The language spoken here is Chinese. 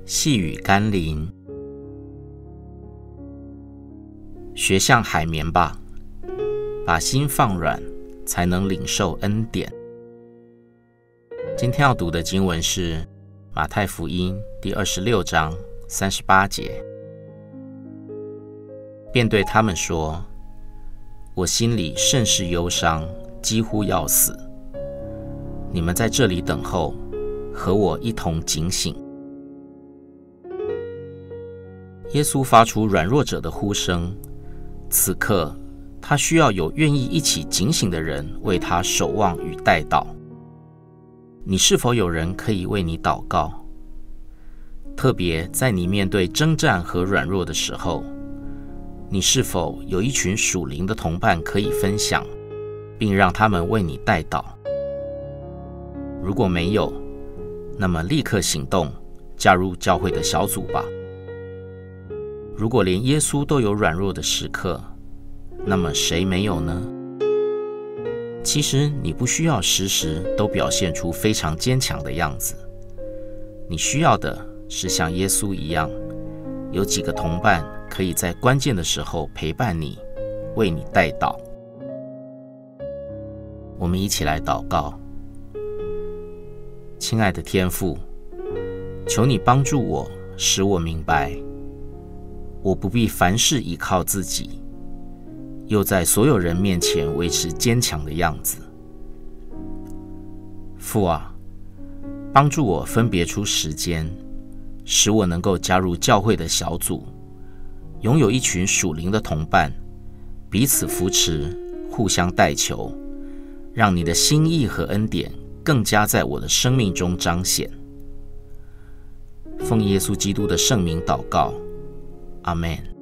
细雨甘霖，学像海绵吧，把心放软，才能领受恩典。今天要读的经文是马太福音第26章38节，便对他们说：我心里甚是忧伤，几乎要死。你们在这里等候，和我一同警醒。耶稣发出软弱者的呼声，此刻他需要有愿意一起警醒的人为他守望与代祷。你是否有人可以为你祷告？特别在你面对征战和软弱的时候，你是否有一群属灵的同伴可以分享，并让他们为你代祷？如果没有，那么立刻行动，加入教会的小组吧。如果连耶稣都有软弱的时刻，那么谁没有呢？其实你不需要时时都表现出非常坚强的样子，你需要的是像耶稣一样，有几个同伴可以在关键的时候陪伴你，为你代祷。我们一起来祷告。亲爱的天父，求你帮助我，使我明白我不必凡事依靠自己，又在所有人面前维持坚强的样子。父啊，帮助我分别出时间，使我能够加入教会的小组，拥有一群属灵的同伴，彼此扶持，互相代求，让你的心意和恩典更加在我的生命中彰显。奉耶稣基督的圣名祷告，阿们。